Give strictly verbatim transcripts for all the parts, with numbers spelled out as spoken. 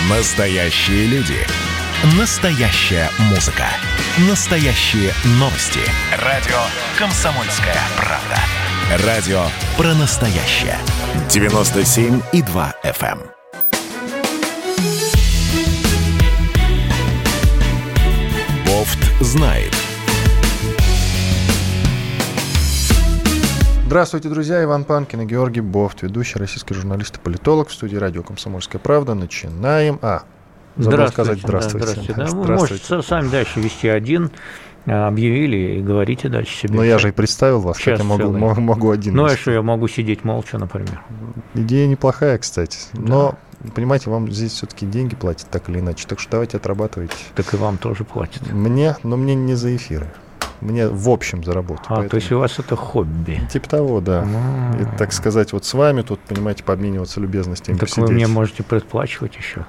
Настоящие люди. Настоящая музыка. Настоящие новости. Радио «Комсомольская правда». Радио про настоящее. девяносто семь и два эф эм. Бофт знает. Здравствуйте, друзья. Иван Панкин и Георгий Бофт, ведущий, российский журналист и политолог, в студии радио «Комсомольская правда». Начинаем. А, забыл сказать здравствуйте. Да, здравствуйте. Да, вы можете сами дальше вести один, объявили и говорите дальше себе. Но я же и представил вас, как я могу, могу один. Ну, а что, я могу сидеть молча, например. Идея неплохая, кстати. Но, да. Понимаете, вам здесь все-таки деньги платят так или иначе, так что давайте отрабатывайте. Так и вам тоже платят. Мне, но мне не за эфиры. Мне в общем за работу. А, поэтому... то есть у вас это хобби? Типа того, да. И, так сказать, вот с вами тут, понимаете, пообмениваться любезностями. Так посидеть. Вы мне можете предплачивать еще.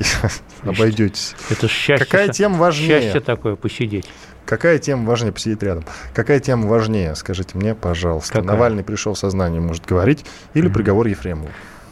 Обойдетесь. Это счастье. Какая тема важнее? Счастье такое, посидеть. Какая тема важнее? Посидеть рядом. Какая тема важнее? Скажите мне, пожалуйста. Какая? Навальный пришел в сознание, может говорить, или mm-hmm. приговор Ефремову?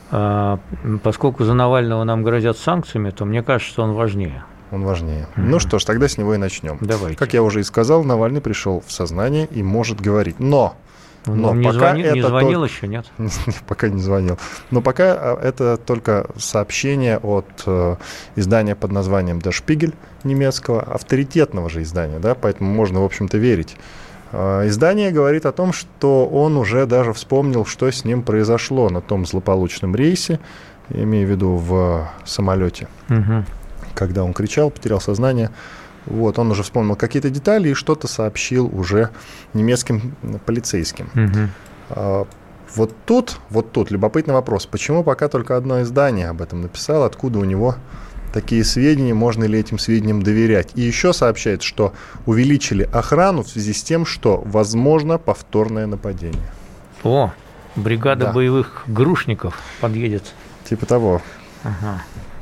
А, поскольку за Навального нам грозят санкциями, то мне кажется, что он важнее. Он важнее. Mm-hmm. Ну что ж, тогда с него и начнем. Давайте. Как я уже и сказал, Навальный пришел в сознание и может говорить. Но, но не пока звонил, это не звонил то... еще, нет? Пока не звонил. Но пока это только сообщение от э, издания под названием Der Spiegel немецкого, авторитетного же издания, да, поэтому можно, в общем-то, верить. Э, издание говорит о том, что он уже даже вспомнил, что с ним произошло на том злополучном рейсе, я имею в виду в самолете. Угу. Когда он кричал, потерял сознание. Вот, он уже вспомнил какие-то детали и что-то сообщил уже немецким полицейским. Угу. А, вот тут, вот тут любопытный вопрос. Почему пока только одно издание об этом написало? Откуда у него такие сведения? Можно ли этим сведениям доверять? И еще сообщает, что увеличили охрану в связи с тем, что возможно повторное нападение. О, бригада да. боевых грушников подъедет. Типа того. Ага.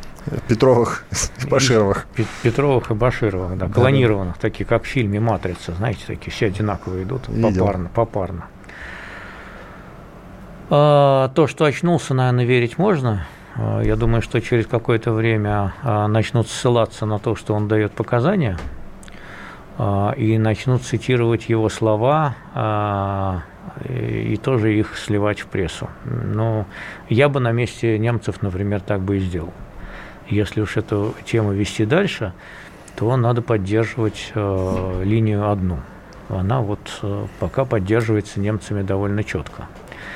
Петровых и Башировых. Петровых и Башировых, да, клонированных, да, да. Такие, как в фильме «Матрица», знаете, такие все одинаковые идут, Видел. попарно, попарно. А, то, что очнулся, наверное, верить можно. А, я думаю, что через какое-то время а, начнут ссылаться на то, что он дает показания, а, и начнут цитировать его слова, а, и, и тоже их сливать в прессу. Но я бы на месте немцев, например, так бы и сделал. Если уж эту тему вести дальше, то надо поддерживать э, линию одну. Она вот э, пока поддерживается немцами довольно четко.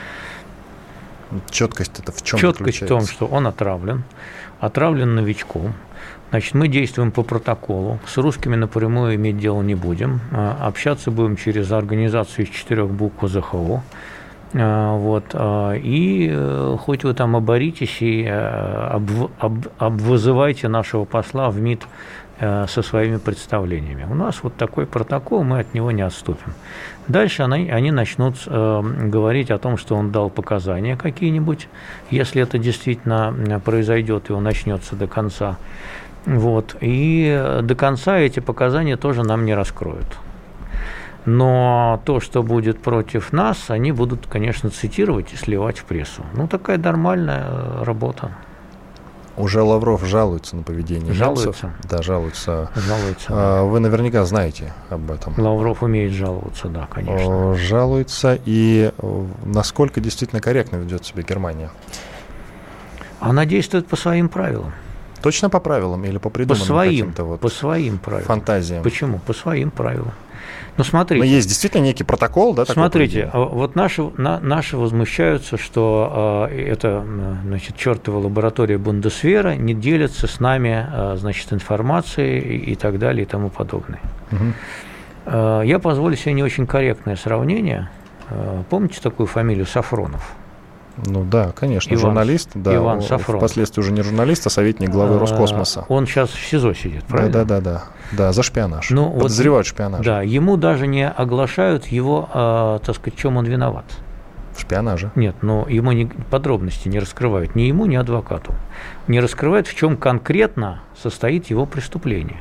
Четкость это в чем Четкость в том, что он отравлен, отравлен новичком. Значит, мы действуем по протоколу, с русскими напрямую иметь дело не будем, общаться будем через организацию из четырех букв о зэ ха о. Вот, и хоть вы там оборитесь и об, об, обвызывайте нашего посла в МИД со своими представлениями. У нас вот такой протокол, мы от него не отступим. Дальше они, они начнут говорить о том, что он дал показания какие-нибудь, если это действительно произойдет и он начнется до конца. Вот, и до конца эти показания тоже нам не раскроют. Но то, что будет против нас, они будут, конечно, цитировать и сливать в прессу. Ну, такая нормальная работа. Уже Лавров жалуется на поведение жалуется. немцев. Да, жалуется. Жалуется. А, вы наверняка знаете об этом. Лавров умеет жаловаться, да, конечно. Жалуется. И насколько действительно корректно ведет себя Германия? Она действует по своим правилам. Точно по правилам или по придуманным по своим, каким-то вот по своим правилам. Фантазиям? Почему? По своим правилам. Ну, смотрите. Но есть действительно некий протокол, да? Смотрите, вот наши, на, наши возмущаются, что э, это, значит, чертова лаборатория Бундесвера не делится с нами, э, значит, информацией и, и так далее и тому подобное. Угу. Э, я позволю себе не очень корректное сравнение. Э, помните такую фамилию Сафронов? Ну да, конечно, Иван, журналист, да, Иван Сафронов. Впоследствии уже не журналист, а советник главы Роскосмоса. Он сейчас в СИЗО сидит, правильно? Да, да, да, да, да, за шпионаж. Ну, подозревают вот, в шпионаже. Да, ему даже не оглашают его, э, так сказать, в чем он виноват. В шпионаже? Нет, но ему не, подробности не раскрывают, ни ему, ни адвокату. Не раскрывают, в чем конкретно состоит его преступление.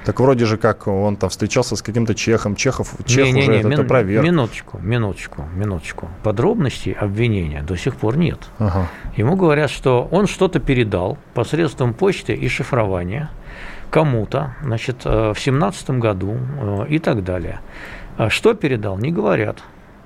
Так вроде же как он там встречался с каким-то чехом, Чехов, Чех не, не, уже не, это мин, опроверг. Минуточку, минуточку, минуточку. Подробностей обвинения до сих пор нет. Ага. Ему говорят, что он что-то передал посредством почты и шифрования кому-то, значит, в семнадцатом году и так далее. Что передал, не говорят.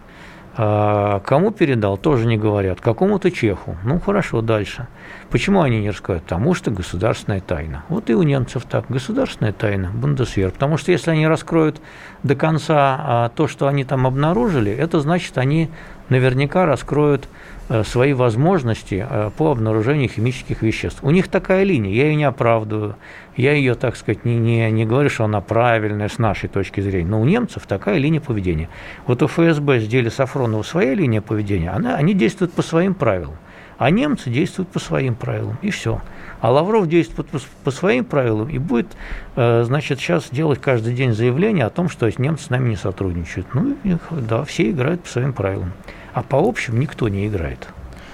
Кому передал, тоже не говорят. Какому-то чеху. Ну, хорошо, дальше. Почему они не рассказывают? Потому что государственная тайна. Вот и у немцев так. Государственная тайна, Бундесвер. Потому что если они раскроют до конца то, что они там обнаружили, это значит, они наверняка раскроют свои возможности по обнаружению химических веществ. У них такая линия, я ее не оправдываю, я ее, так сказать, не, не, не говорю, что она правильная с нашей точки зрения, но у немцев такая линия поведения. Вот у эф эс бэ с Дели Сафронова своя линия поведения, она, они действуют по своим правилам, а немцы действуют по своим правилам, и все. А Лавров действует по, по своим правилам и будет, значит, сейчас делать каждый день заявление о том, что немцы с нами не сотрудничают. Ну, да, все играют по своим правилам. А по общим никто не играет.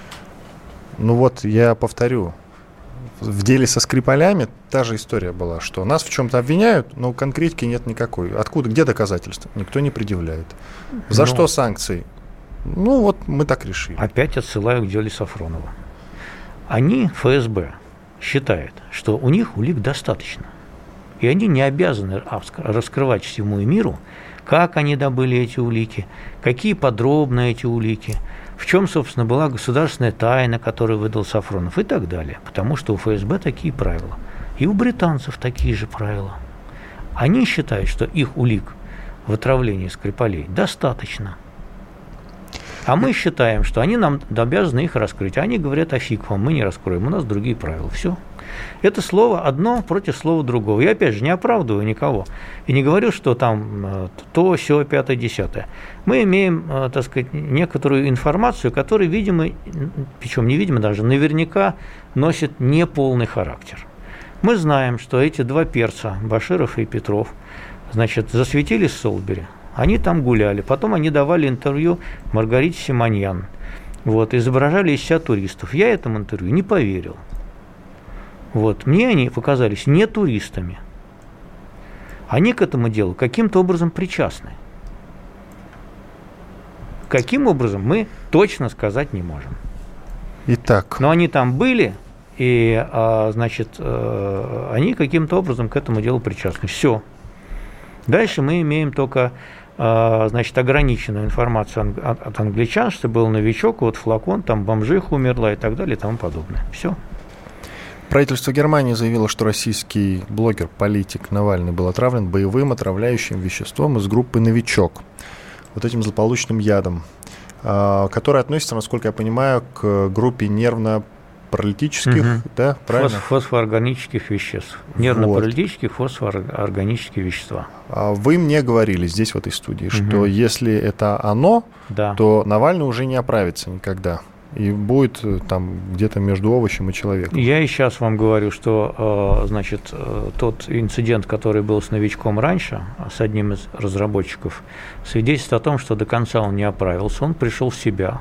Ну вот, я повторю. В деле со Скрипалями та же история была, что нас в чем-то обвиняют, но конкретики нет никакой. Откуда, где доказательства? Никто не предъявляет. За но... что санкции? Ну вот, мы так решили. Опять отсылаю к делу Сафронова. Они, эф эс бэ, считают, что у них улик достаточно. И они не обязаны раскрывать всему миру, как они добыли эти улики, какие подробно эти улики, в чем, собственно, была государственная тайна, которую выдал Сафронов и так далее. Потому что у эф эс бэ такие правила. И у британцев такие же правила. Они считают, что их улик в отравлении Скрипалей достаточно. А мы считаем, что они нам обязаны их раскрыть. А они говорят, а фиг вам, мы не раскроем, у нас другие правила. Все. Это слово одно против слова другого. Я, опять же, не оправдываю никого. И не говорю, что там то, сё, пятое, десятое. Мы имеем, так сказать, некоторую информацию, которая, видимо, причем невидимо даже, наверняка носит неполный характер. Мы знаем, что эти два перца, Баширов и Петров, значит, засветились в Солсбери. Они там гуляли. Потом они давали интервью Маргарите Симоньян. Вот, изображали из себя туристов. Я этому интервью не поверил. Вот, мне они показались не туристами. Они к этому делу каким-то образом причастны. Каким образом, мы точно сказать не можем. Итак. Но они там были, и, значит, они каким-то образом к этому делу причастны. Все. Дальше мы имеем только, значит, ограниченную информацию от англичан, что был новичок, вот флакон, там бомжиха умерла и так далее и тому подобное. Все. Правительство Германии заявило, что российский блогер, политик Навальный был отравлен боевым отравляющим веществом из группы «Новичок», вот этим злополучным ядом, который относится, насколько я понимаю, к группе нервно-паралитических, угу. да, правильно? Фосфоорганических веществ. Нервно-паралитических вот. Фосфоорганические вещества. Вы мне говорили здесь, в этой студии, угу. что если это оно, да. то Навальный уже не оправится никогда. И будет там где-то между овощем и человеком. Я и сейчас вам говорю, что, значит, тот инцидент, который был с новичком раньше, с одним из разработчиков, свидетельствует о том, что до конца он не оправился, он пришел в себя,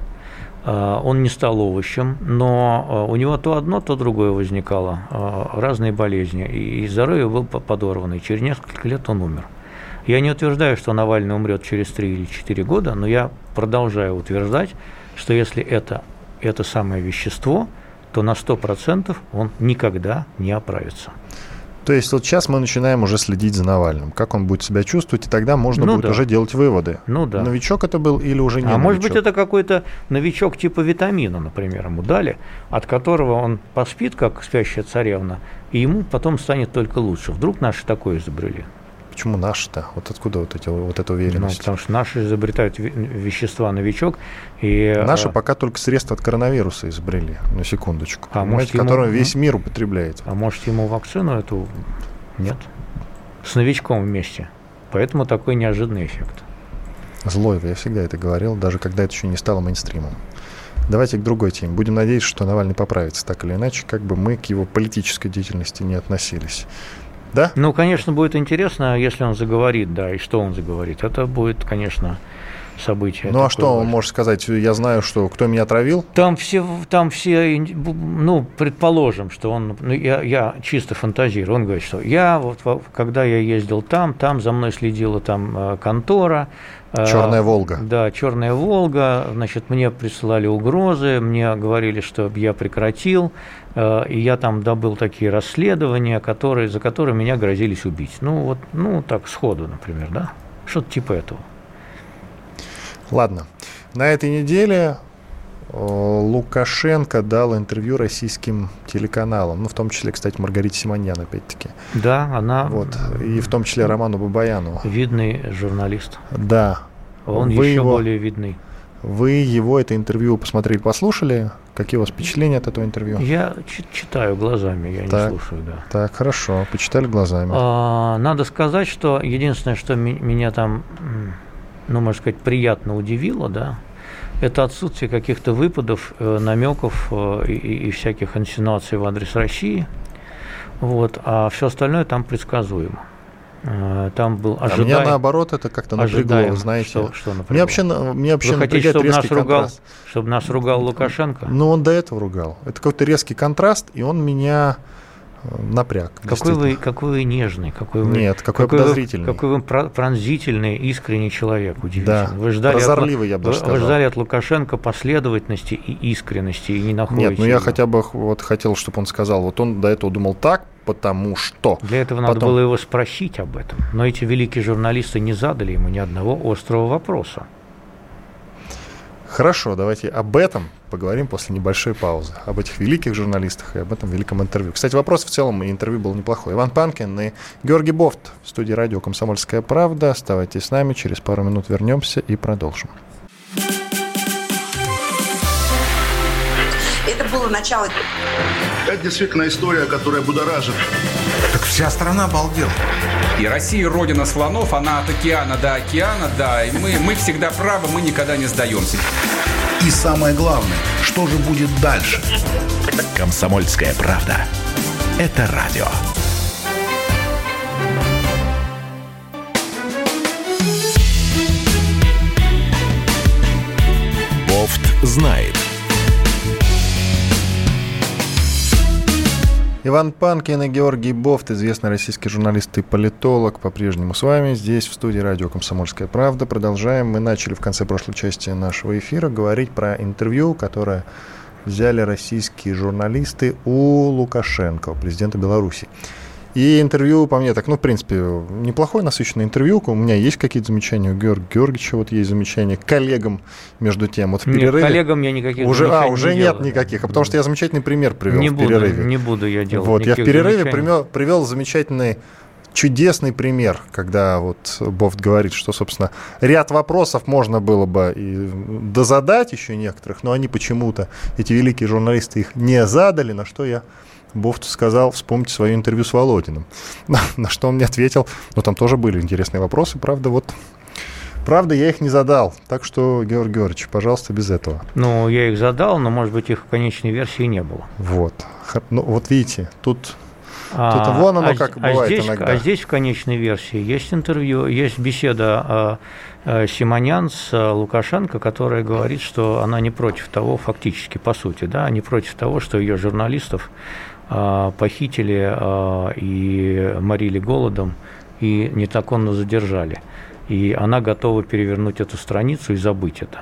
он не стал овощем, но у него то одно, то другое возникало, разные болезни, и здоровье было подорвано, и через несколько лет он умер. Я не утверждаю, что Навальный умрет через три или четыре года, но я продолжаю утверждать, что если это это самое вещество, то на сто процентов он никогда не оправится. То есть вот сейчас мы начинаем уже следить за Навальным, как он будет себя чувствовать, и тогда можно ну будет да. уже делать выводы. Ну да. Новичок это был или уже не а новичок? Может быть, это какой-то новичок типа витамина, например, ему дали, от которого он поспит, как спящая царевна, и ему потом станет только лучше. Вдруг наши такое изобрели. Почему наши-то? Вот откуда вот, эти, вот эта уверенность? Ну, потому что наши изобретают вещества «Новичок». И, наши а... пока только средства от коронавируса изобрели, на секундочку, а может, ему... которое весь мир употребляет. А может, ему вакцину эту? Нет. С «Новичком» вместе. Поэтому такой неожиданный эффект. Злой, я всегда это говорил, даже когда это еще не стало мейнстримом. Давайте к другой теме. Будем надеяться, что Навальный поправится так или иначе, как бы мы к его политической деятельности не относились. Да? Ну, конечно, будет интересно, если он заговорит, да, и что он заговорит. Это будет, конечно, событие. Ну, а что важное. он может сказать? Я знаю, что кто меня отравил? Там все, там все, ну, предположим, что он, ну, я, я чисто фантазирую, он говорит, что я, вот, когда я ездил там, там за мной следила там контора. Черная Волга. Да, Черная Волга, значит, мне присылали угрозы, мне говорили, что я прекратил, и я там добыл такие расследования, которые, за которые меня грозились убить. Ну, вот, ну, так, сходу, например, да, что-то типа этого. Ладно. На этой неделе Лукашенко дал интервью российским телеканалам, ну, в том числе, кстати, Маргарите Симоньян, опять-таки. Да, она... Вот. И в том числе Роману Бабаяну. Видный журналист. Да. Он вы еще его, более видный. Вы его это интервью посмотрели, послушали? Какие у вас впечатления от этого интервью? Я читаю глазами, я так, не слушаю, да. Так, хорошо, почитали глазами. А, надо сказать, что единственное, что ми- меня там, ну, можно сказать, приятно удивило, да, это отсутствие каких-то выпадов, э, намеков э, и, и всяких инсинуаций в адрес России. Вот, а все остальное там предсказуемо. Э, там был ожидаем. А меня наоборот это как-то напрягло, знаете. Что, что меня вообще, меня вообще Вы хотите, напрягает чтобы резкий нас, ругал, контраст. чтобы нас ругал Лукашенко? Ну, он до этого ругал. Это какой-то резкий контраст, и он меня напряг. Какой вы, какой вы нежный, какой вы, Нет, какой, какой подозрительный. Вы, какой вы пронзительный, искренний человек, удивительно. Да, вы ждали прозорливый, от, я бы даже вы, сказал. Вы ждали от Лукашенко последовательности и искренности, и не находите. Нет, ну я его. хотя бы вот хотел, чтобы он сказал, вот он до этого думал так, потому что... Для этого надо Потом... было его спросить об этом. Но эти великие журналисты не задали ему ни одного острого вопроса. Хорошо, давайте об этом поговорим после небольшой паузы. Об этих великих журналистах и об этом великом интервью. Кстати, вопрос в целом и интервью был неплохой. Иван Панкин и Георгий Бофт в студии радио «Комсомольская правда». Оставайтесь с нами, через пару минут вернемся и продолжим. Это было начало. Это действительно история, которая будоражит. Так вся страна обалдела. И Россия родина слонов, она от океана до океана, да, и мы, мы всегда правы, мы никогда не сдаемся. И самое главное, что же будет дальше? «Комсомольская правда». Это радио. Бофт знает. Иван Панкин и Георгий Бофт, известный российский журналист и политолог, по-прежнему с вами здесь, в студии радио «Комсомольская правда». Продолжаем. Мы начали в конце прошлой части нашего эфира говорить про интервью, которое взяли российские журналисты у Лукашенко, президента Беларуси. И интервью, по мне, так, ну, в принципе, неплохое, насыщенное интервью. У меня есть какие-то замечания, у Георгия Георгиевича вот есть замечания, к коллегам между тем. Вот в перерыве... Нет, коллегам я никаких уже, замечаний А, уже не нет делаю. никаких, а потому что я замечательный пример привел не в буду, перерыве. Не буду я делать Вот, я в перерыве замечаний. привел, привел замечательный, чудесный пример, когда вот Бофт говорит, что, собственно, ряд вопросов можно было бы и дозадать еще некоторых, но они почему-то, эти великие журналисты, их не задали, на что я Бофту сказал, вспомните свое интервью с Володиным. На, на что он мне ответил, ну, там тоже были интересные вопросы, правда, вот... Правда, я их не задал, так что, Георгий Георгиевич, пожалуйста, без этого. Ну, я их задал, но, может быть, их в конечной версии не было. Вот. Ну, вот видите, тут... А, Тут вон оно а, как а бывает здесь, иногда. А здесь в конечной версии есть интервью, есть беседа а, а, Симоньян с а, Лукашенко, которая говорит, что она не против того, фактически, по сути, да, не против того, что ее журналистов а, похитили а, и морили голодом, и незаконно задержали. И она готова перевернуть эту страницу и забыть это.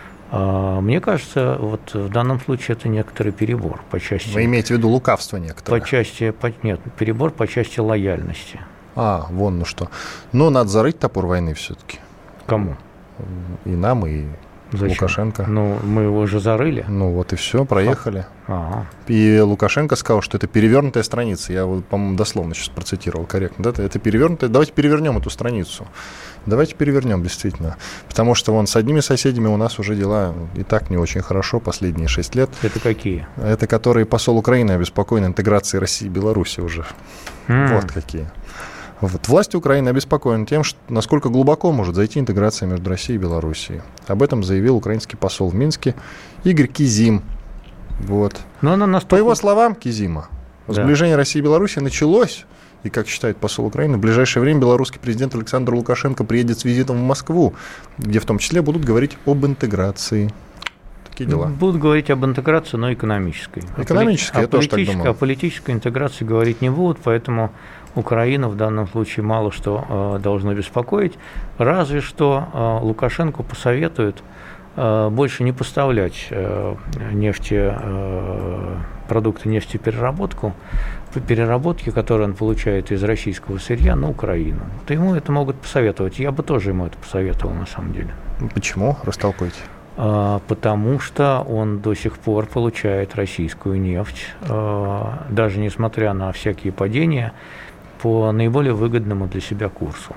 Мне кажется, вот в данном случае это некоторый перебор по части... Вы имеете в виду лукавство некоторое? По части... По, нет, перебор по части лояльности. А, вон ну что. Ну, надо зарыть топор войны все-таки. Кому? И нам, и Зачем? Лукашенко. Ну, мы его уже зарыли. Ну, вот и все, проехали. Ага. И Лукашенко сказал, что это перевернутая страница. Я, вот, по-моему, дословно сейчас процитировал корректно. Да? Это перевернутая. Давайте перевернем эту страницу. Давайте перевернем, действительно. Потому что вон с одними соседями у нас уже дела и так не очень хорошо последние шесть лет. Это какие? Это которые посол Украины обеспокоен интеграцией России и Беларуси уже. Mm. Вот какие. Вот. Власти Украины обеспокоены тем, что, насколько глубоко может зайти интеграция между Россией и Белоруссией. Об этом заявил украинский посол в Минске Игорь Кизим. Вот. Но она настолько... По его словам, Кизима, Да. Сближение России и Беларуси началось. И, как считает посол Украины, в ближайшее время белорусский президент Александр Лукашенко приедет с визитом в Москву, где в том числе будут говорить об интеграции. Такие дела. Будут говорить об интеграции, но экономической. Экономической, а я тоже так думаю. О политической интеграции говорить не будут, поэтому Украину в данном случае мало что э, должно беспокоить. Разве что э, Лукашенко посоветует э, больше не поставлять э, нефти, э, продукты нефтепереработку, переработки, которые он получает из российского сырья, на Украину. То ему это могут посоветовать. Я бы тоже ему это посоветовал, на самом деле. Почему? Растолкуйте. А, потому что он до сих пор получает российскую нефть, а, даже несмотря на всякие падения, по наиболее выгодному для себя курсу.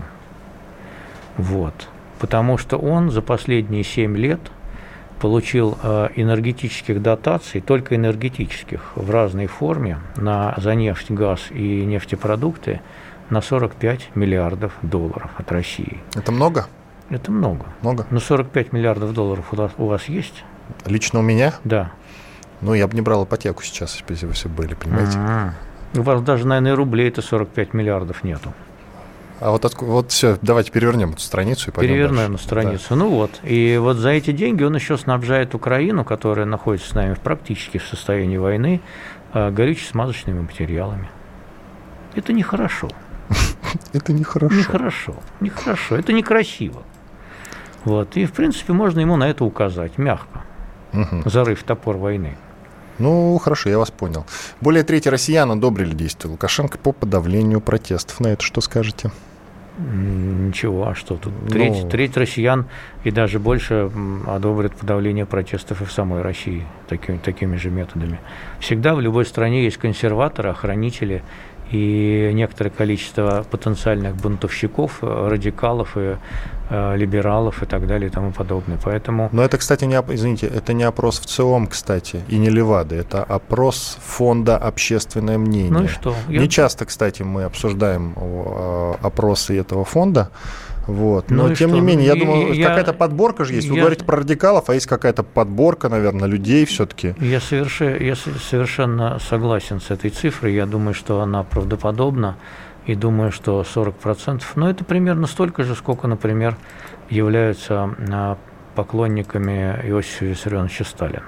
Вот. Потому что он за последние семь лет получил э, энергетических дотаций, только энергетических, в разной форме, на, за нефть, газ и нефтепродукты на сорок пять миллиардов долларов от России. Это много? Это много. Много? Но сорок пять миллиардов долларов у вас, у вас есть? Лично у меня? Да. Ну, я бы не брал ипотеку сейчас, если бы все были, понимаете? Mm-hmm. У вас даже, наверное, рублей-то сорок пять миллиардов нету. А вот, отку- вот все, давайте перевернем эту страницу и пойдем Перевернем дальше. на страницу. Да. Ну вот. И вот за эти деньги он еще снабжает Украину, которая находится с нами практически в состоянии войны, горюче-смазочными материалами. Это нехорошо. Это нехорошо. Нехорошо. Нехорошо. Это некрасиво. Вот. И, в принципе, можно ему на это указать мягко. Угу. Зарыв топор войны. Ну, хорошо, я вас понял. Более трети россиян одобрили действия Лукашенко по подавлению протестов. На это что скажете? Ничего, а что тут? Треть, ну... треть россиян и даже больше одобрят подавление протестов и в самой России такими, такими же методами. Всегда в любой стране есть консерваторы, охранители и некоторое количество потенциальных бунтовщиков, радикалов и э, либералов и так далее и тому подобное. Поэтому... Но это, кстати, не, извините, это не опрос в ЦИОМ, кстати, и не Левада, это опрос фонда «Общественное мнение». Ну и что? Не Я... часто, кстати, мы обсуждаем э, опросы этого фонда. Вот. Но, ну тем что? не менее, я и, думаю, я, какая-то подборка же есть. Вы я, говорите про радикалов, а есть какая-то подборка, наверное, людей все-таки. Я, совершенно, я совершенно согласен с этой цифрой. Я думаю, что она правдоподобна. И думаю, что сорок процентов, но это примерно столько же, сколько, например, являются поклонниками Иосифа Виссарионовича Сталина.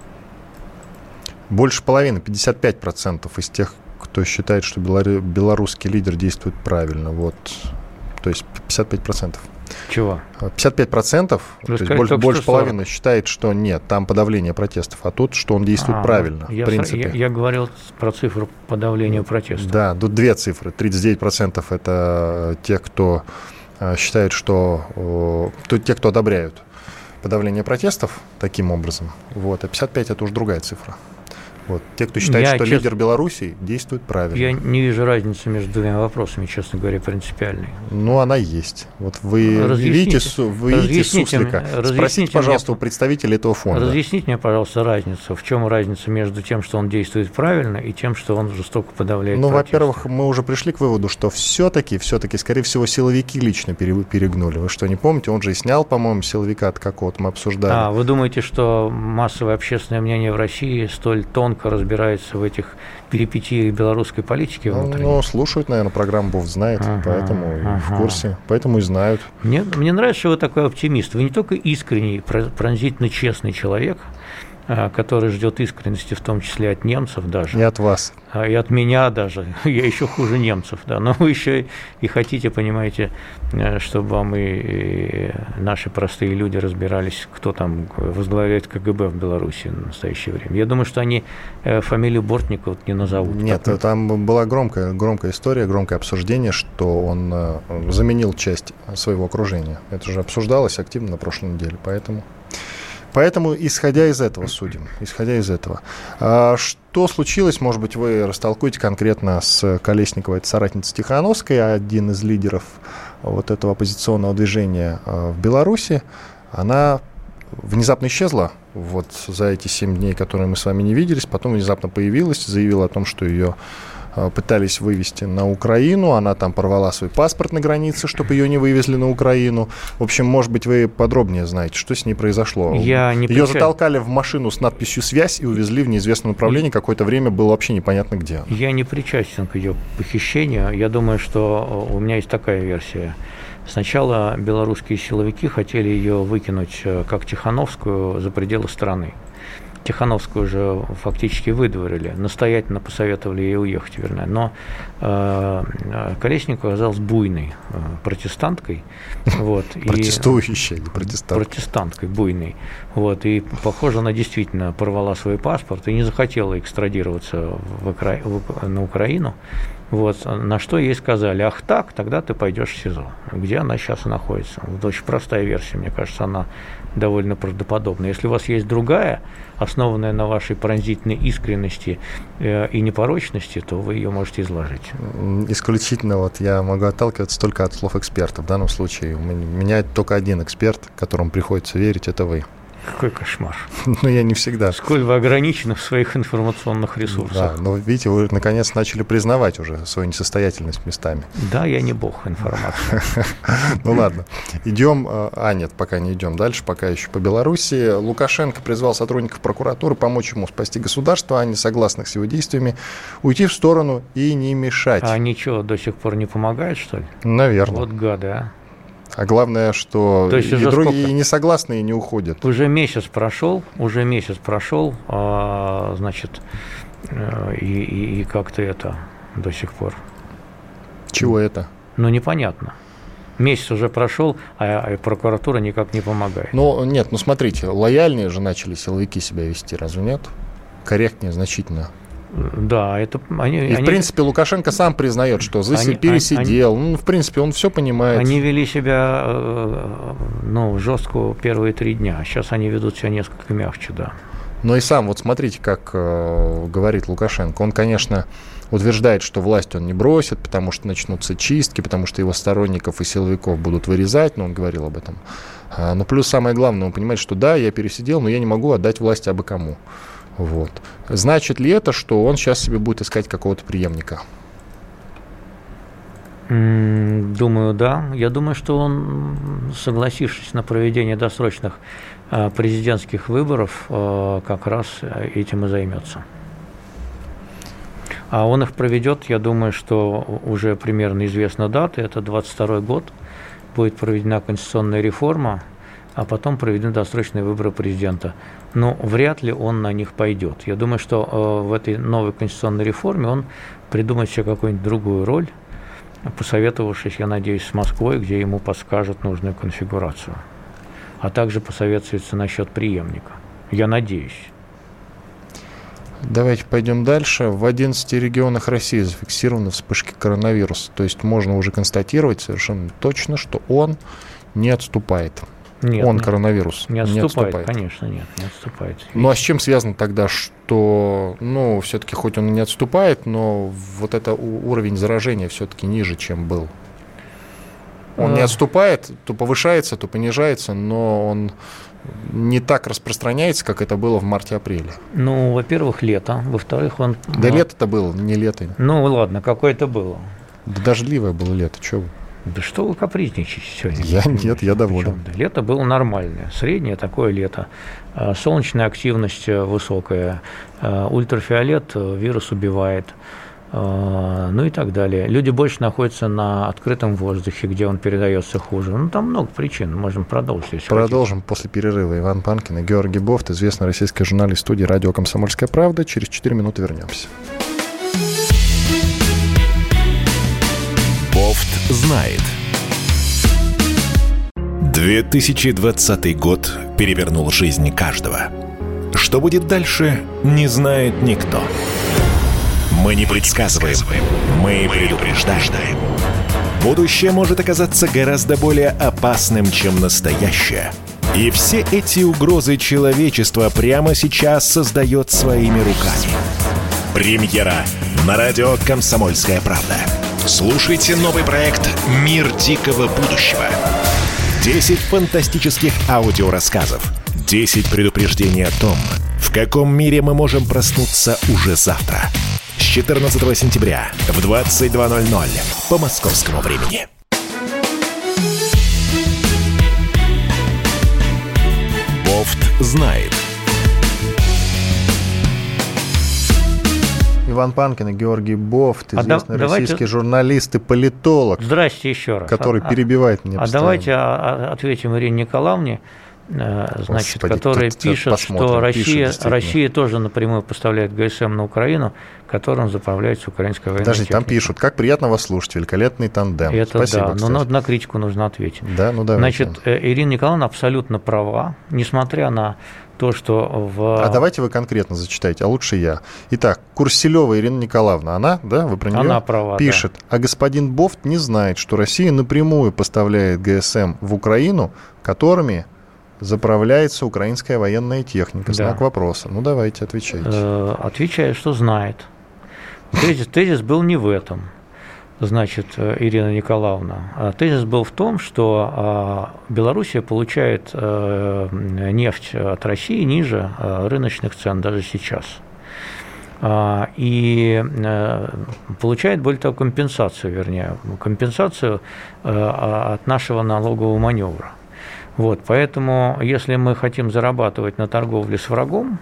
Больше половины, пятьдесят пять процентов из тех, кто считает, что белорусский лидер действует правильно. Вот. То есть пятьдесят пять процентов. Чего? пятьдесят пять процентов, Вы то есть больше, больше половины считает, что нет, там подавление протестов, а тут, что он действует а, правильно, я, в принципе. Я, я говорил про цифру подавления протестов. Да, тут две цифры. тридцать девять процентов это те, кто считает, что... То, те, кто одобряют подавление протестов таким образом, вот, а пятьдесят пять это уже другая цифра. Вот. Те, кто считает, я, что чест... лидер Беларуси действует правильно. Я не вижу разницы между двумя вопросами, честно говоря, принципиальной. Ну, она есть. Вот вы видите, вы видите суслика. Спросите, пожалуйста, мне... у представителей этого фонда. Разъясните мне, пожалуйста, разницу. В чем разница между тем, что он действует правильно, и тем, что он жестоко подавляет Ну, протесты? во-первых, мы уже пришли к выводу, что все-таки, все-таки, скорее всего, силовики лично перегнули. Вы что, не помните? Он же и снял, по-моему, силовика от какого-то, мы обсуждали. А, вы думаете, что массовое общественное мнение в России столь тонко разбирается в этих перипетиях белорусской политики внутренней? Ну, слушают, наверное, программу «Бов знает», ага, поэтому ага. в курсе, поэтому и знают. Мне, мне нравится, что вы такой оптимист. Вы не только искренний, пронзительно честный человек, который ждет искренности, в том числе от немцев даже. И от вас. И от меня даже. Я еще хуже немцев, да. Но вы еще и хотите, понимаете, чтобы вам и, и наши простые люди разбирались, кто там возглавляет КГБ в Беларуси в настоящее время. Я думаю, что они фамилию Бортникова не назовут. Нет, так, там была громкая, громкая история, громкое обсуждение, что он заменил часть своего окружения. Это же обсуждалось активно на прошлой неделе, поэтому... Поэтому, исходя из этого, судим. Исходя из этого. А что случилось, может быть, вы растолкуете конкретно с Колесниковой, это соратница Тихановской, один из лидеров вот этого оппозиционного движения в Беларуси. Она внезапно исчезла вот за эти семь дней, которые мы с вами не виделись, потом внезапно появилась, заявила о том, что ее пытались вывести на Украину. Она там порвала свой паспорт на границе, чтобы ее не вывезли на Украину. В общем, может быть, вы подробнее знаете, что с ней произошло. Я не Ее причастен. затолкали в машину с надписью «Связь» и увезли в неизвестном направлении. Какое-то время было вообще непонятно где. Я не причастен к ее похищению. Я думаю, что у меня есть такая версия. Сначала белорусские силовики хотели ее выкинуть как Тихановскую за пределы страны. Тихановскую же фактически выдворили, настоятельно посоветовали ей уехать, вернее. Но э, Колесникова оказалась буйной э, протестанткой. Вот, Протестующей, не протестанткой. Протестанткой, буйной. Вот, и, похоже, она действительно порвала свой паспорт и не захотела экстрадироваться в Укра... в... на Украину. Вот, на что ей сказали: ах так, тогда ты пойдешь в СИЗО. Где она сейчас находится? Это очень простая версия, мне кажется, она довольно правдоподобна. Если у вас есть другая, основанная на вашей пронзительной искренности э, и непорочности, то вы ее можете изложить. Исключительно вот я могу отталкиваться только от слов эксперта. В данном случае у меня только один эксперт, которому приходится верить, это вы. Какой кошмар. Ну, я не всегда. Сколь вы ограничены в своих информационных ресурсах. Да, но видите, вы наконец начали признавать уже свою несостоятельность местами. Да, я не бог информации. Ну ладно, идем, а нет, пока не идем дальше, пока еще по Белоруссии. Лукашенко призвал сотрудников прокуратуры помочь ему спасти государство, а несогласных с его действиями уйти в сторону и не мешать. А ничего до сих пор не помогает, что ли? Наверное. Вот гады, а. А главное, что То есть и другие сколько? несогласные не уходят. Уже месяц прошел, уже месяц прошел, а, значит, и, и, и как-то это до сих пор. Чего это? Ну, непонятно. Месяц уже прошел, а, а прокуратура никак не помогает. Ну, нет, ну смотрите, лояльнее же начали силовики себя вести, разве нет? Корректнее значительно. Да, это они. И, они, в принципе, Лукашенко сам признает, что здесь они, пересидел. Они, ну, в принципе, он все понимает. Они вели себя, ну, жестко первые три дня. Сейчас они ведут себя несколько мягче, да. Но и сам, вот смотрите, как э, говорит Лукашенко. Он, конечно, утверждает, что власть он не бросит, потому что начнутся чистки, потому что его сторонников и силовиков будут вырезать. Но он говорил об этом. А, но плюс самое главное, он понимает, что да, я пересидел, но я не могу отдать власть абы кому. Вот. Значит ли это, что он сейчас себе будет искать какого-то преемника? Думаю, да. Я думаю, что он, согласившись на проведение досрочных президентских выборов, как раз этим и займется. А он их проведет, я думаю, что уже примерно известна дата, это двадцать второй год, будет проведена конституционная реформа, а потом проведены досрочные выборы президента. Но вряд ли он на них пойдет. Я думаю, что э, в этой новой конституционной реформе он придумает себе какую-нибудь другую роль, посоветовавшись, я надеюсь, с Москвой, где ему подскажут нужную конфигурацию. А также посоветуется насчет преемника. Я надеюсь. Давайте пойдем дальше. В одиннадцати регионах России зафиксированы вспышки коронавируса. То есть можно уже констатировать совершенно точно, что он не отступает. Нет, он нет, коронавирус не отступает, не отступает, конечно, нет, не отступает. Ну а с чем связано тогда, что, ну, все-таки хоть он и не отступает, но вот это уровень заражения все-таки ниже, чем был? Он а... не отступает, то повышается, то понижается, но он не так распространяется, как это было в марте-апреле. Ну, во-первых, лето, во-вторых, он... Да ну... лето-то было, не лето. Ну, ладно, какое-то было. Да дождливое было лето, что вы? Да что вы капризничаете сегодня? Я нет, я доволен. Да, лето было нормальное, среднее такое лето. Солнечная активность высокая, ультрафиолет вирус убивает, ну и так далее. Люди больше находятся на открытом воздухе, где он передается хуже. Ну, там много причин, можем продолжить. Если Продолжим хотите. После перерыва. Иван Панкин и Георгий Бофт, известный российский журналист студии «Радио Комсомольская правда». Через четыре минуты вернемся. Бофт знает. две тысячи двадцатый год перевернул жизнь каждого. Что будет дальше, не знает никто. Мы не предсказываем, мы предупреждаем. Будущее может оказаться гораздо более опасным, чем настоящее. И все эти угрозы человечество прямо сейчас создает своими руками. Премьера на радио «Комсомольская правда». Слушайте новый проект «Мир дикого будущего». десять фантастических аудиорассказов. десять предупреждений о том, в каком мире мы можем проснуться уже завтра. С четырнадцатого сентября в двадцать два ноль ноль по московскому времени. Бофт знает. Иван Панкин и Георгий Бофт, известный а да, российский давайте... журналист и политолог. Здрасте еще раз. Который а, перебивает меня а постоянно. давайте ответим Ирине Николаевне, значит, Господи, которая тут, пишет, посмотрим. что Россия, пишет, Россия тоже напрямую поставляет ГСМ на Украину, которым заправляется украинская военная Подождите, техника. там пишут, как приятно вас слушать, великолепный тандем. Это Спасибо, да, кстати. но на критику нужно ответить. Да, ну давайте. Значит, Ирина Николаевна абсолютно права, несмотря на то, что в... А давайте вы конкретно зачитайте, а лучше я. Итак, Курселева Ирина Николаевна, она, да, вы про нее она права, пишет, да. А господин Бофт не знает, что Россия напрямую поставляет ГСМ в Украину, которыми заправляется украинская военная техника. Знак да. вопроса. Ну, давайте, отвечайте. Э, отвечаю, что знает. Тезис, тезис был не в этом, значит, Ирина Николаевна. Тезис был в том, что Белоруссия получает нефть от России ниже рыночных цен даже сейчас. И получает, более того, компенсацию, вернее, компенсацию от нашего налогового маневра. Вот, поэтому, если мы хотим зарабатывать на торговле с врагом,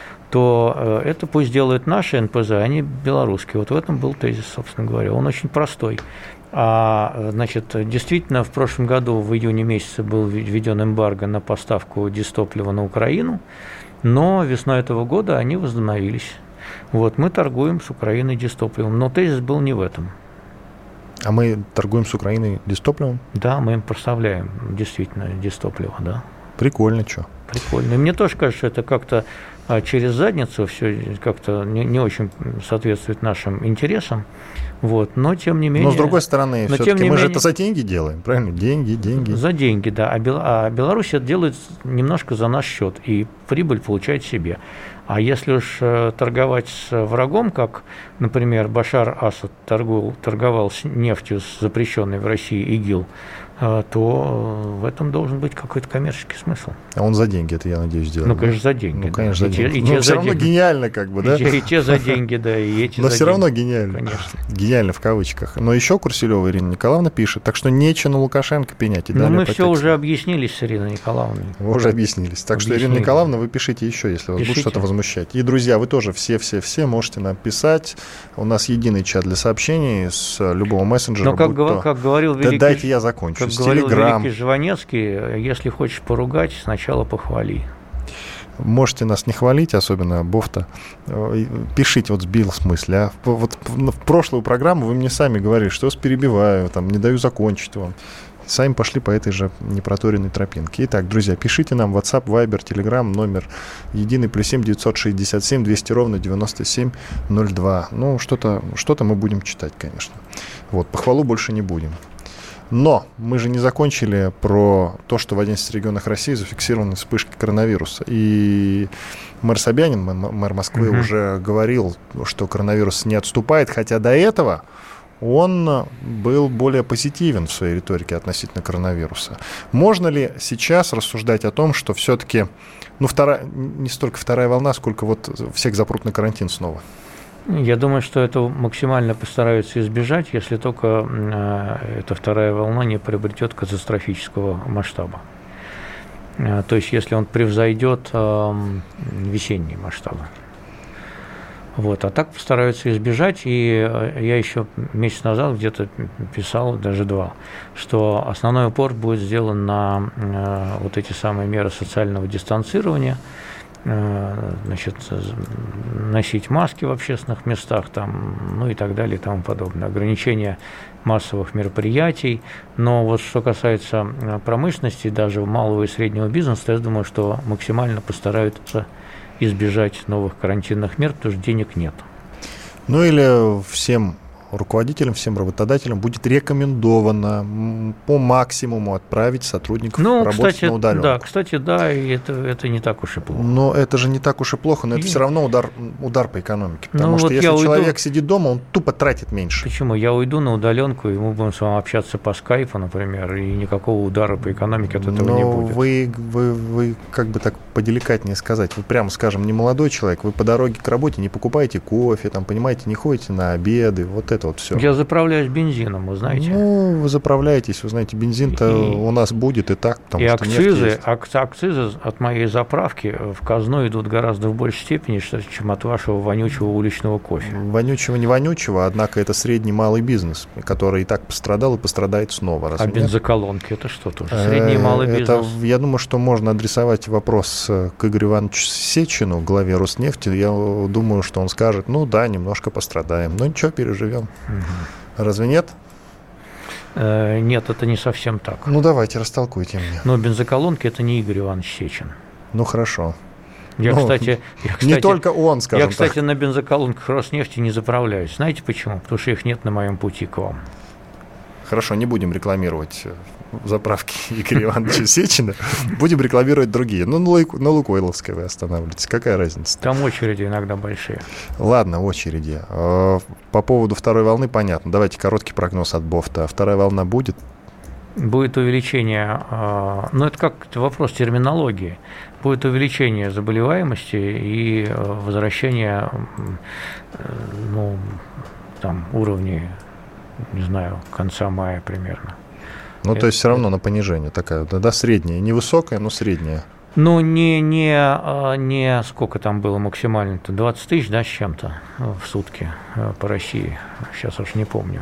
то это пусть делают наши эн пэ зэ, а не белорусские. Вот в этом был тезис, собственно говоря. Он очень простой. А, значит, действительно, в прошлом году, в июне месяце, был введен эмбарго на поставку дистоплива на Украину, но весной этого года они возобновились. Вот, мы торгуем с Украиной дистопливом, но тезис был не в этом. А мы торгуем с Украиной дистопливом? Да, мы им поставляем действительно дистопливо, да. Прикольно, что? Прикольно. И мне тоже кажется, что это как-то через задницу все как-то не, не очень соответствует нашим интересам. Вот. Но тем не менее... Но с другой стороны, все-таки мы менее, же это за деньги делаем, правильно? Деньги, деньги. За деньги, да. А, Бел... а Беларусь это делает немножко за наш счет, и прибыль получает себе. А если уж торговать с врагом, как, например, Башар Асад торговал, торговал с нефтью, запрещенной в России ИГИЛ, то в этом должен быть какой-то коммерческий смысл. А он за деньги это, я надеюсь, делает? Ну, конечно, за деньги. Ну, конечно, да. за деньги. И, и Но те все равно деньги. гениально, как бы, да? И, и те за деньги, да, и эти Но за все деньги. равно гениально. Конечно. Гениально в кавычках. Но еще Курселева Ирина Николаевна пишет, так что нечего на Лукашенко пенять. И Но мы по все тексту. уже объяснились с Ириной Николаевной. Вы уже объяснились. Так Объяснили. что, Ирина Николаевна, вы пишите еще, если вас Пишите. будет что-то возмущать. И, друзья, вы тоже все-все-все можете нам писать. У нас единый чат для сообщений с любого мессенджера. Но, как, будь то... как говорил да великий, дайте я закончу. как с говорил Телеграм. великий Жванецкий, если хочешь поругать, сначала похвали. Можете нас не хвалить, особенно Бофта. Пишите, вот сбил в смысле. А вот в прошлую программу вы мне сами говорили, что я вас перебиваю, там, не даю закончить вам. Сами пошли по этой же непроторенной тропинке. Итак, друзья, пишите нам WhatsApp, Viber, Telegram, номер единый плюс семь девятьсот шестьдесят семь двести ровно девяносто семь ноль два. Ну, что-то, что-то мы будем читать, конечно. Вот, похвалу больше не будем. Но мы же не закончили про то, что в одиннадцати регионах России зафиксированы вспышки коронавируса. И мэр Собянин, мэр Москвы, угу. уже говорил, что коронавирус не отступает, хотя до этого он был более позитивен в своей риторике относительно коронавируса. Можно ли сейчас рассуждать о том, что все-таки, ну, вторая, не столько вторая волна, сколько вот всех запрут на карантин снова? Я думаю, что это максимально постараются избежать, если только эта вторая волна не приобретет катастрофического масштаба. То есть, если он превзойдет весенние масштабы. Вот. А так постараются избежать. И я еще месяц назад где-то писал, даже два, что основной упор будет сделан на вот эти самые меры социального дистанцирования, значит, носить маски в общественных местах, там, ну и так далее и тому подобное, ограничение массовых мероприятий. Но вот что касается промышленности, даже малого и среднего бизнеса, я думаю, что максимально постараются избежать новых карантинных мер, потому что денег нет. Ну или всем руководителям, всем работодателям будет рекомендовано по максимуму отправить сотрудников ну, работать кстати, на удаленку. Да, кстати, да, и это, это не так уж и плохо. Но это же не так уж и плохо, но и... это все равно удар, удар по экономике. Потому ну, что вот если человек уйду... сидит дома, он тупо тратит меньше. Почему? Я уйду на удаленку, и мы будем с вами общаться по скайпу, например, и никакого удара по экономике от этого но не будет. Вы, вы, вы как бы так поделикатнее сказать? Вы прямо скажем, не молодой человек, вы по дороге к работе не покупаете кофе, там, понимаете, не ходите на обеды, вот это вот все. Я заправляюсь бензином, вы знаете. Ну, вы заправляетесь, вы знаете, бензин-то и, у нас будет и так, потому и что акцизы, ак- акцизы от моей заправки в казну идут гораздо в большей степени, чем от вашего вонючего уличного кофе. Вонючего не вонючего, однако это средний малый бизнес, который и так пострадал и пострадает снова. А бензоколонки это что тоже? Средний и малый бизнес? Это, я думаю, что можно адресовать вопрос к Игорю Ивановичу Сечину, главе Роснефти. Я думаю, что он скажет, ну да, немножко пострадаем, но ничего, переживем. Угу. Разве нет? Э, нет, это не совсем так. Ну давайте, растолкуйте мне. Но бензоколонки это не Игорь Иванович Сечин. Ну хорошо. Я, ну, кстати, я, кстати, не только он, скажем Я, кстати, так. на бензоколонках Роснефти не заправляюсь. Знаете почему? Потому что их нет на моем пути к вам. Хорошо, не будем рекламировать заправки Игоря Ивановича Сечина. Будем рекламировать другие. Ну, на Лукойловской вы останавливаетесь. Какая разница? Там очереди иногда большие. Ладно, очереди. По поводу второй волны понятно. Давайте короткий прогноз от Бофта. Вторая волна будет? Будет увеличение, ну это как вопрос терминологии, будет увеличение заболеваемости и возвращение, ну, там, уровней, не знаю, конца мая примерно. Ну, это, то есть все равно на понижение такая, да, средняя, не высокая, но средняя. Ну, не, не, не сколько там было максимально-то, двадцать тысяч, да, с чем-то в сутки по России, сейчас уж не помню.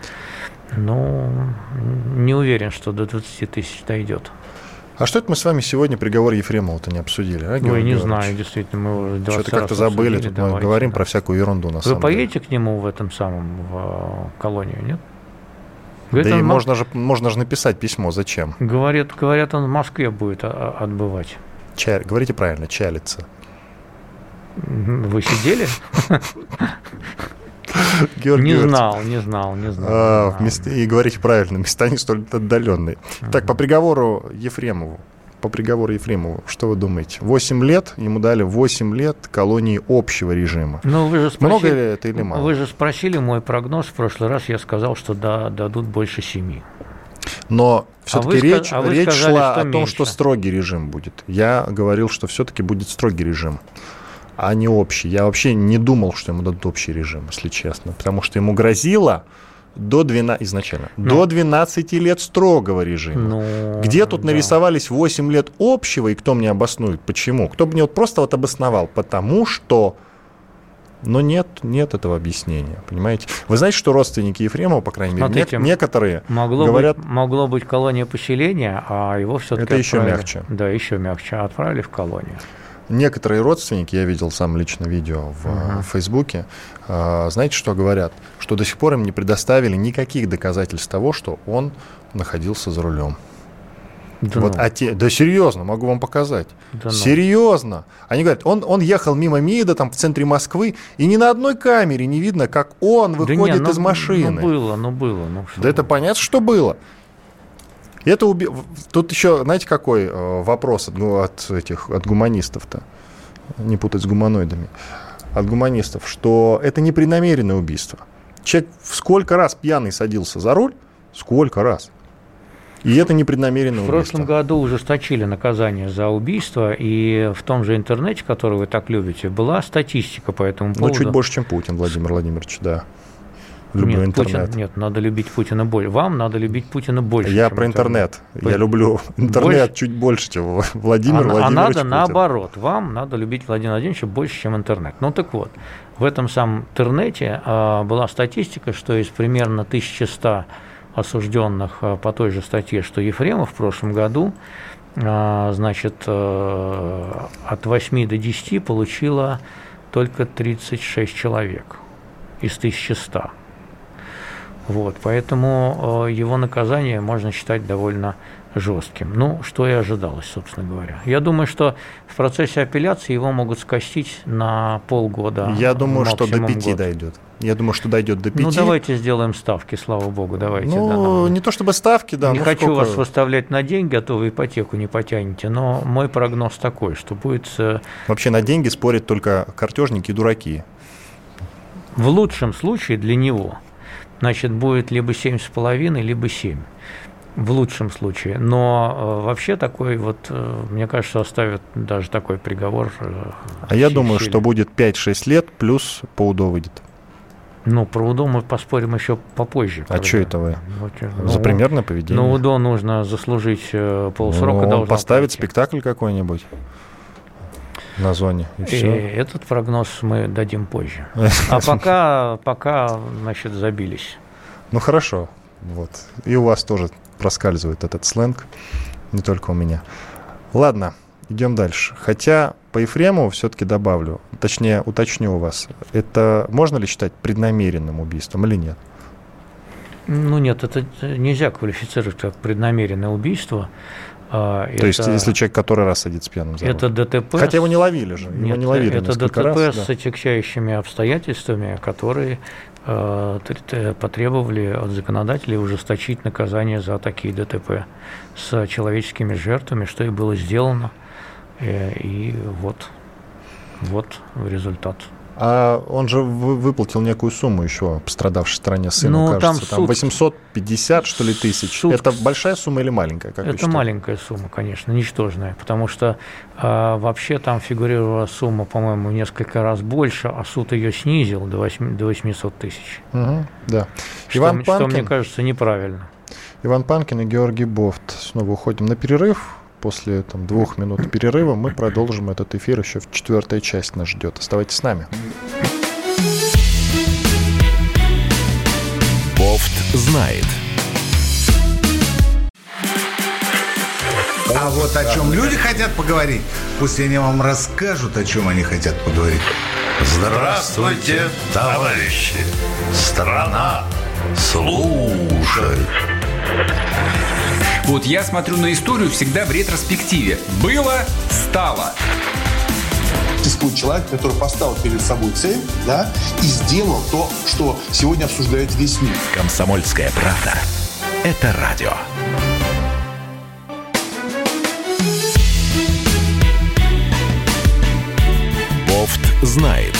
Ну, не уверен, что до двадцати тысяч дойдет. А что это мы с вами сегодня приговор Ефремова-то не обсудили? А, Ой, не знаю, действительно, мы уже что-то как-то забыли, тут давайте, мы говорим да. про всякую ерунду на Вы самом деле. Вы поедете к нему в этом самом, в колонию, нет? Говорит, да и можно же, можно же написать письмо, зачем? Говорят, говорят, он в Москве будет отбывать. Ча... Говорите правильно, чалится. Вы сидели? Георгий не Георгиевич. знал, не знал, не знал. А, не знал. И говорите правильно, места не столь отдаленные. Uh-huh. Так, по приговору Ефремову, по приговору Ефремову, что вы думаете? восемь лет, ему дали восемь лет колонии общего режима. Ну, вы же спросили, много ли это или мало? Вы же спросили мой прогноз, в прошлый раз я сказал, что да, дадут больше семи. Но все-таки а речь, а речь сказали, шла что о том, меньше. что строгий режим будет. Я говорил, что все-таки будет строгий режим, а не общий. Я вообще не думал, что ему дадут общий режим, если честно, потому что ему грозило до двенадцати, изначально, ну, до двенадцати лет строгого режима. Ну, Где тут да. нарисовались восемь лет общего, и кто мне обоснует, почему? Кто бы мне вот просто вот обосновал? Потому что... Но нет, нет этого объяснения, понимаете? Вы знаете, что родственники Ефремова, по крайней мере, Смотрите, некоторые могло говорят... Быть, могло быть колония поселения, а его все-таки Это еще отправили, мягче. Да, еще мягче. Отправили в колонию. Некоторые родственники, я видел сам лично видео в uh-huh. Фейсбуке, знаете, что говорят? Что до сих пор им не предоставили никаких доказательств того, что он находился за рулем. Да, вот, ну. а те, да серьезно, могу вам показать. Да серьезно. Ну. Они говорят, он, он ехал мимо МИДа, там в центре Москвы, и ни на одной камере не видно, как он выходит да не, ну, из машины. Ну было, ну было. Ну, да это понятно, что было. Это уби... Тут еще, знаете, какой э, вопрос от, ну, от этих, от гуманистов-то, не путать с гуманоидами, от гуманистов, что это непреднамеренное убийство. Человек сколько раз пьяный садился за руль, сколько раз. И это непреднамеренное убийство. В прошлом году ужесточили наказание за убийство, и в том же интернете, который вы так любите, была статистика по этому поводу. Ну, чуть больше, чем Путин, Владимир Владимирович, да. Люблю нет, интернет. Путин, нет, надо любить Путина больше. Вам надо любить Путина больше. Я про интернет. интернет. Я люблю интернет больше? Чуть больше, чем Владимир а, Владимирович А надо Путин. Наоборот. Вам надо любить Владимира Владимировича больше, чем интернет. Ну так вот, в этом самом интернете а, была статистика, что из примерно тысячи ста осужденных а, по той же статье, что Ефремов в прошлом году, а, значит, а, от восьми до десяти получило только тридцать шесть человек из тысячи ста. Вот, поэтому э, его наказание можно считать довольно жестким. Ну, что и ожидалось, собственно говоря. Я думаю, что в процессе апелляции его могут скостить на полгода. Я думаю, что до пяти дойдет. Я думаю, что дойдет до пяти. Ну, давайте сделаем ставки, слава богу, давайте. Ну, да, не то чтобы ставки, да. Не ну, хочу сколько... вас выставлять на деньги, а то вы ипотеку не потянете, но мой прогноз такой, что будет... Вообще на деньги спорят только картежники и дураки. В лучшем случае для него... Значит, будет либо семь с половиной, либо семь. В лучшем случае. Но э, вообще такой вот, э, мне кажется, оставят даже такой приговор. Э, а я думаю, силе. Что будет пять-шесть лет, плюс по УДО выйдет. Ну, про УДО мы поспорим еще попозже. А что это вы? Вот, ну, За примерное поведение? Ну, УДО нужно заслужить э, полсрока. Ну, он поставит пройти. Спектакль какой-нибудь на зоне, и, и все. Этот прогноз мы дадим позже. А пока, пока, значит, забились. Ну, хорошо. Вот. И у вас тоже проскальзывает этот сленг, не только у меня. Ладно, идем дальше. Хотя по Ефремову все-таки добавлю, точнее, уточню у вас, это можно ли считать преднамеренным убийством или нет? Ну, нет, это нельзя квалифицировать как преднамеренное убийство. То это, есть, если человек который раз садится пьяным за руль. Это ДТП. Хотя его не ловили же. Его нет, не ловили это ДТП раз, с да. отягчающими обстоятельствами, которые э, потребовали от законодателей ужесточить наказание за такие ДТП с человеческими жертвами, что и было сделано. И, и вот, вот результат. А он же выплатил некую сумму еще пострадавшей стороне сыну, ну, кажется. Там, там суд... восемьсот пятьдесят, что ли, тысяч. Суд... Это большая сумма или маленькая? Как Это маленькая сумма, конечно, ничтожная. Потому что а, вообще там фигурировала сумма, по-моему, несколько раз больше, а суд ее снизил до восьмисот тысяч. Угу, да. Что, Иван что, Панкин... мне кажется, неправильно. Иван Панкин и Георгий Бофт. Снова уходим на перерыв. После там, двух минут перерыва мы продолжим этот эфир. Еще четвертая часть нас ждет. Оставайтесь с нами. Бофт знает. А вот о чем люди хотят поговорить, пусть они вам расскажут, о чем они хотят поговорить. Здравствуйте, товарищи! Страна слушает. Вот я смотрю на историю всегда в ретроспективе. Было, стало. Существует человек, который поставил перед собой цель, да, и сделал то, что сегодня обсуждает весь мир. «Комсомольская правда» — это радио. Бофт знает.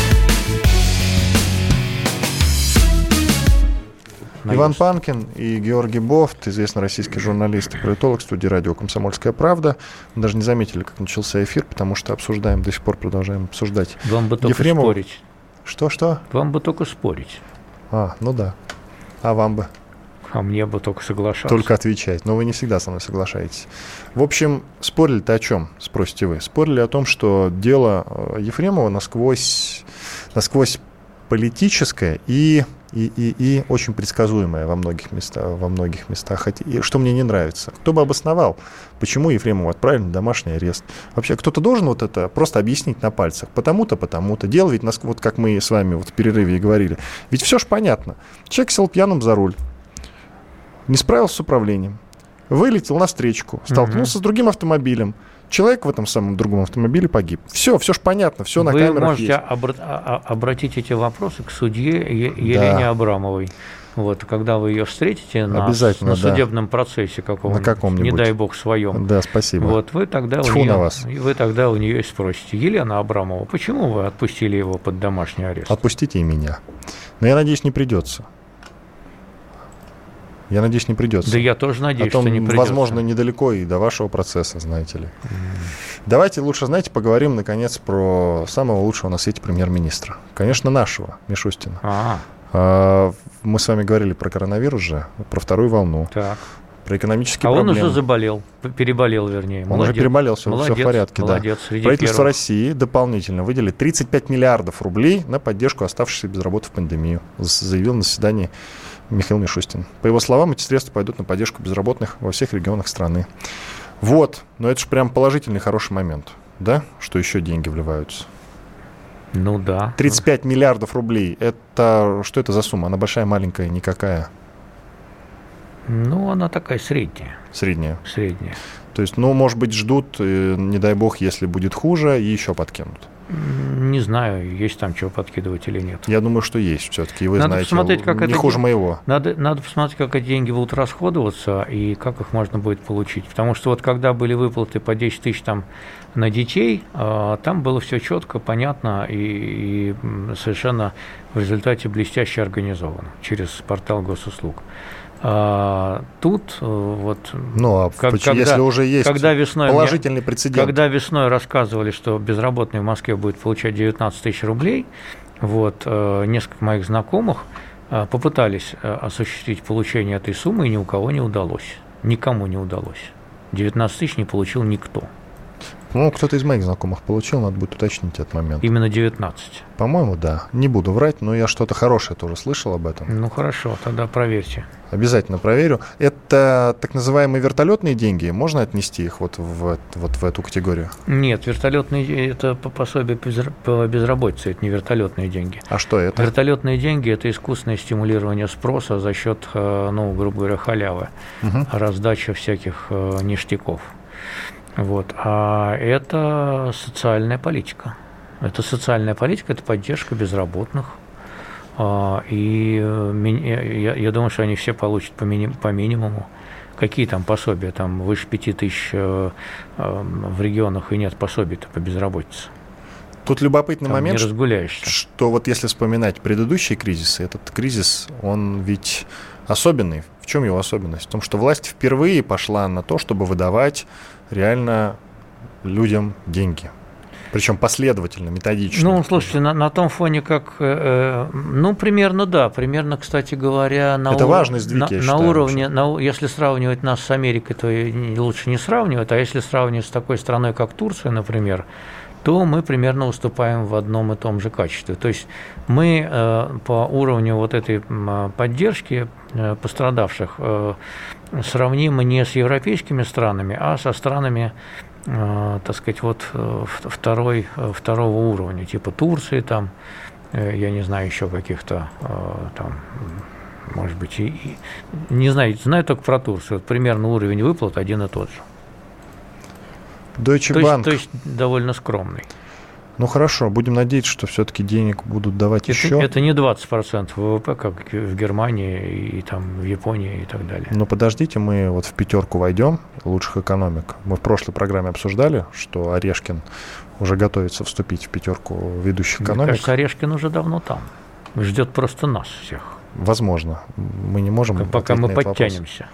Иван Панкин и Георгий Бофт, известный российский журналист и политолог, в студии радио «Комсомольская правда». Мы даже не заметили, как начался эфир, потому что обсуждаем, до сих пор продолжаем обсуждать. Вам бы только Ефремова. спорить. Что-что? Вам бы только спорить. А, ну да. А вам бы? А мне бы только соглашаться. Только отвечать. Но вы не всегда со мной соглашаетесь. В общем, спорили-то о чем, спросите вы? Спорили о том, что дело Ефремова насквозь, насквозь политическое и... И, и, и очень предсказуемое во многих местах, во многих местах. И что мне не нравится. Кто бы обосновал, почему Ефремова отправили на домашний арест? Вообще, кто-то должен вот это просто объяснить на пальцах. Потому-то, потому-то. Дело ведь, вот как мы с вами вот в перерыве и говорили, ведь все ж понятно. Человек сел пьяным за руль, не справился с управлением, вылетел на встречку, столкнулся угу. с другим автомобилем. Человек в этом самом другом автомобиле погиб. Все, все ж понятно, все на Вы камерах можете есть. Обра- обратить эти вопросы к судье е- Елене да. Абрамовой. Вот, когда вы ее встретите на, на да. судебном процессе каком-нибудь, на каком-нибудь, не дай бог, своем. Да, спасибо. Вот, вы тогда, у нее, вы тогда у нее и спросите: Елена Абрамова, почему вы отпустили его под домашний арест? Отпустите и меня. Но я надеюсь, не придется. Я надеюсь, не придется. Да я тоже надеюсь, а то, что не придется. Возможно, недалеко и до вашего процесса, знаете ли. Mm. Давайте лучше, знаете, поговорим, наконец, про самого лучшего на свете премьер-министра. Конечно, нашего, Мишустина. А-а. А, мы с вами говорили про коронавирус же, про вторую волну. Так. Про экономические а проблемы. А он уже заболел, переболел, вернее. Он молодец. уже переболел, все, молодец, все в порядке. Молодец, да. Правительство первых. России дополнительно выделит тридцать пять миллиардов рублей на поддержку оставшихся без работы в пандемию, заявил на заседании Михаил Мишустин. По его словам, эти средства пойдут на поддержку безработных во всех регионах страны. Вот, но это же прям положительный, хороший момент, да, что еще деньги вливаются. Ну да. тридцать пять миллиардов рублей, это что это за сумма? Она большая, маленькая, никакая? Ну, она такая средняя. Средняя? Средняя. То есть, ну, может быть, ждут, не дай бог, если будет хуже, и еще подкинут. Не знаю, есть там чего подкидывать или нет. Я думаю, что есть все-таки. Вы надо знаете, посмотреть, как не это хуже день... моего. Надо, надо посмотреть, как эти деньги будут расходоваться и как их можно будет получить. Потому что вот когда были выплаты по десять тысяч там на детей, там было все четко, понятно и, и совершенно в результате блестяще организовано через портал госуслуг. А, тут вот, ну, а как, когда, если уже есть когда весной положительный мне, прецедент. Когда весной рассказывали, что безработный в Москве будет получать девятнадцать тысяч рублей, вот, несколько моих знакомых попытались осуществить получение этой суммы, и ни у кого не удалось. Никому не удалось. девятнадцать тысяч не получил никто. Ну, кто-то из моих знакомых получил, надо будет уточнить этот момент. Именно девятнадцать? По-моему, да. Не буду врать, но я что-то хорошее тоже слышал об этом. Ну, хорошо, тогда проверьте. Обязательно проверю. Это так называемые вертолетные деньги? Можно отнести их вот в, вот в эту категорию? Нет, вертолетные – это по пособию по безработице, это не вертолетные деньги. А что это? Вертолетные деньги – это искусственное стимулирование спроса за счет, ну, грубо говоря, халявы, угу. раздача всяких ништяков. Вот. А это социальная политика. Это социальная политика, это поддержка безработных. И я, я думаю, что они все получат по, мини, по минимуму. Какие там пособия? Там выше пяти тысяч в регионах и нет пособий-то по безработице. Тут любопытный там момент, не разгуляешься. Что вот если вспоминать предыдущие кризисы, этот кризис, он ведь особенный. В чем его особенность? В том, что власть впервые пошла на то, чтобы выдавать реально людям деньги. Причем последовательно, методично. Ну, слушайте, на, на том фоне, как, э, ну, примерно, да, примерно, кстати говоря, на, это ур... важный сдвиг, на, я на считаю, уровне, на, если сравнивать нас с Америкой, то лучше не сравнивать, а если сравнивать с такой страной, как Турция, например, то мы примерно уступаем в одном и том же качестве. То есть мы э, по уровню вот этой поддержки э, пострадавших э, сравнимы не с европейскими странами, а со странами, э, так сказать, вот второй, второго уровня, типа Турции, там, э, я не знаю, еще каких-то э, там, может быть, и, и, не знаю, знаю только про Турцию. Вот примерно уровень выплат один и тот же. Deutsche то, Bank. Есть, то есть довольно скромный. Ну хорошо, будем надеяться, что все-таки денег будут давать это, еще. Это не двадцать процентов ВВП, как в Германии и там в Японии и так далее. Но подождите, мы вот в пятерку войдем лучших экономик. Мы в прошлой программе обсуждали, что Орешкин уже готовится вступить в пятерку ведущих экономик. Мне кажется, Орешкин уже давно там. Ждет просто нас всех. Возможно. Мы не можем. Пока мы подтянемся.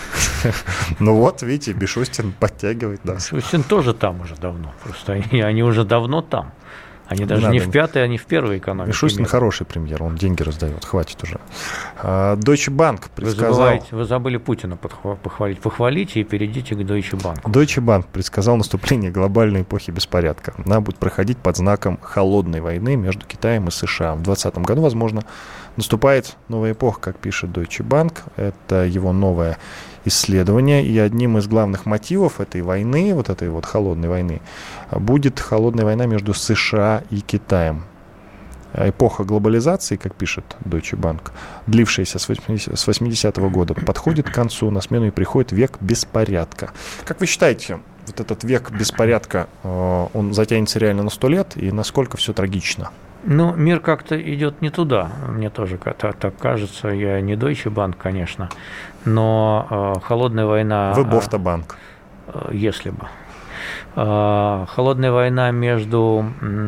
Ну вот, видите, Мишустин подтягивает нас. Мишустин тоже там уже давно. Просто они, они уже давно там. Они даже не в пятой, а не в первой экономике. Мишустин хороший премьер, он деньги раздает, хватит уже. Deutsche Bank предсказал... Вы, забываете, вы забыли Путина похвалить. Похвалите и перейдите к Deutsche Bank. Deutsche Bank предсказал наступление глобальной эпохи беспорядка. Она будет проходить под знаком холодной войны между Китаем и США. В двадцатом году, возможно, наступает новая эпоха, как пишет Deutsche Bank. Это его новое исследование, и одним из главных мотивов этой войны, вот этой вот холодной войны, будет холодная война между США и Китаем. Эпоха глобализации, как пишет Deutsche Bank, длившаяся с восьмидесятого года, подходит к концу, на смену и приходит век беспорядка. Как вы считаете, вот этот век беспорядка, он затянется реально на сто лет, и насколько все трагично? Ну, мир как-то идет не туда, мне тоже так, так кажется. Я не Deutsche Bank, конечно, но э, холодная война... Вы Бофта-банк. Э, если бы. Э, холодная война между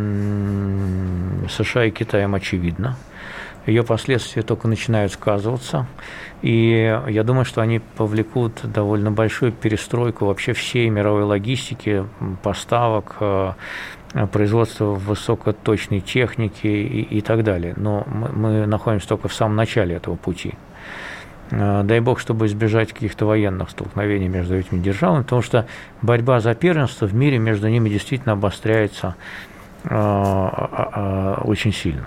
э, США и Китаем очевидна. Ее последствия только начинают сказываться. И я думаю, что они повлекут довольно большую перестройку вообще всей мировой логистики, поставок, производства высокоточной техники и, и так далее. Но мы, мы находимся только в самом начале этого пути. Дай бог, чтобы избежать каких-то военных столкновений между этими державами, потому что борьба за первенство в мире между ними действительно обостряется э, э, очень сильно.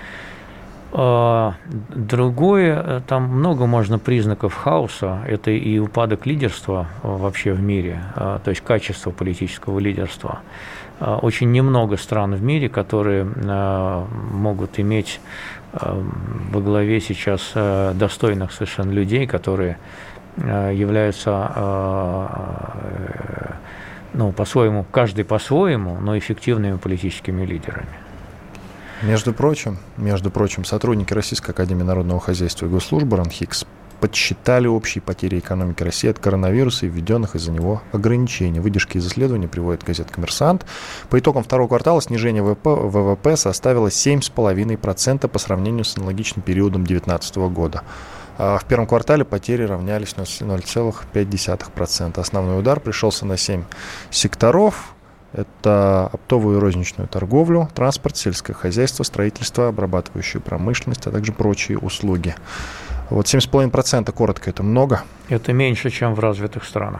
Другое, там много можно признаков хаоса, это и упадок лидерства вообще в мире, то есть качество политического лидерства. Очень немного стран в мире, которые могут иметь во главе сейчас достойных совершенно людей, которые являются, ну, по-своему, каждый по-своему, но эффективными политическими лидерами. Между прочим, между прочим, сотрудники Российской академии народного хозяйства и госслужбы РАНХИКС подсчитали общие потери экономики России от коронавируса и введенных из-за него ограничений. Выдержки из исследования приводит газета «Коммерсант». По итогам второго квартала снижение ВВП составило семь целых пять десятых процента по сравнению с аналогичным периодом две тысячи девятнадцатого года. А в первом квартале потери равнялись ноль целых пять десятых процента. Основной удар пришелся на семь секторов. Это оптовую и розничную торговлю, транспорт, сельское хозяйство, строительство, обрабатывающую промышленность, а также прочие услуги. Вот семь целых пять десятых процента, коротко, это много. Это меньше, чем в развитых странах.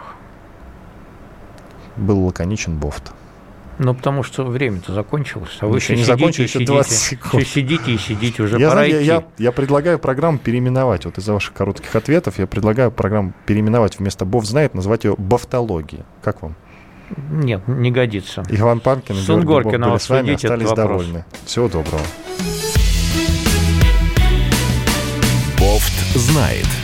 Был лаконичен Бофт. Ну, потому что время-то закончилось. А вы еще еще не закончилось, еще двадцать секунд. Все сидите и сидите, уже я, пора я, идти. Я, я предлагаю программу переименовать. Вот из-за ваших коротких ответов я предлагаю программу переименовать вместо «Бофт знает», назвать ее «Бофтология». Как вам? Нет, не годится. Иван Панкин и Георгий Бобов были с вами, остались довольны. Всего доброго. Бофт знает.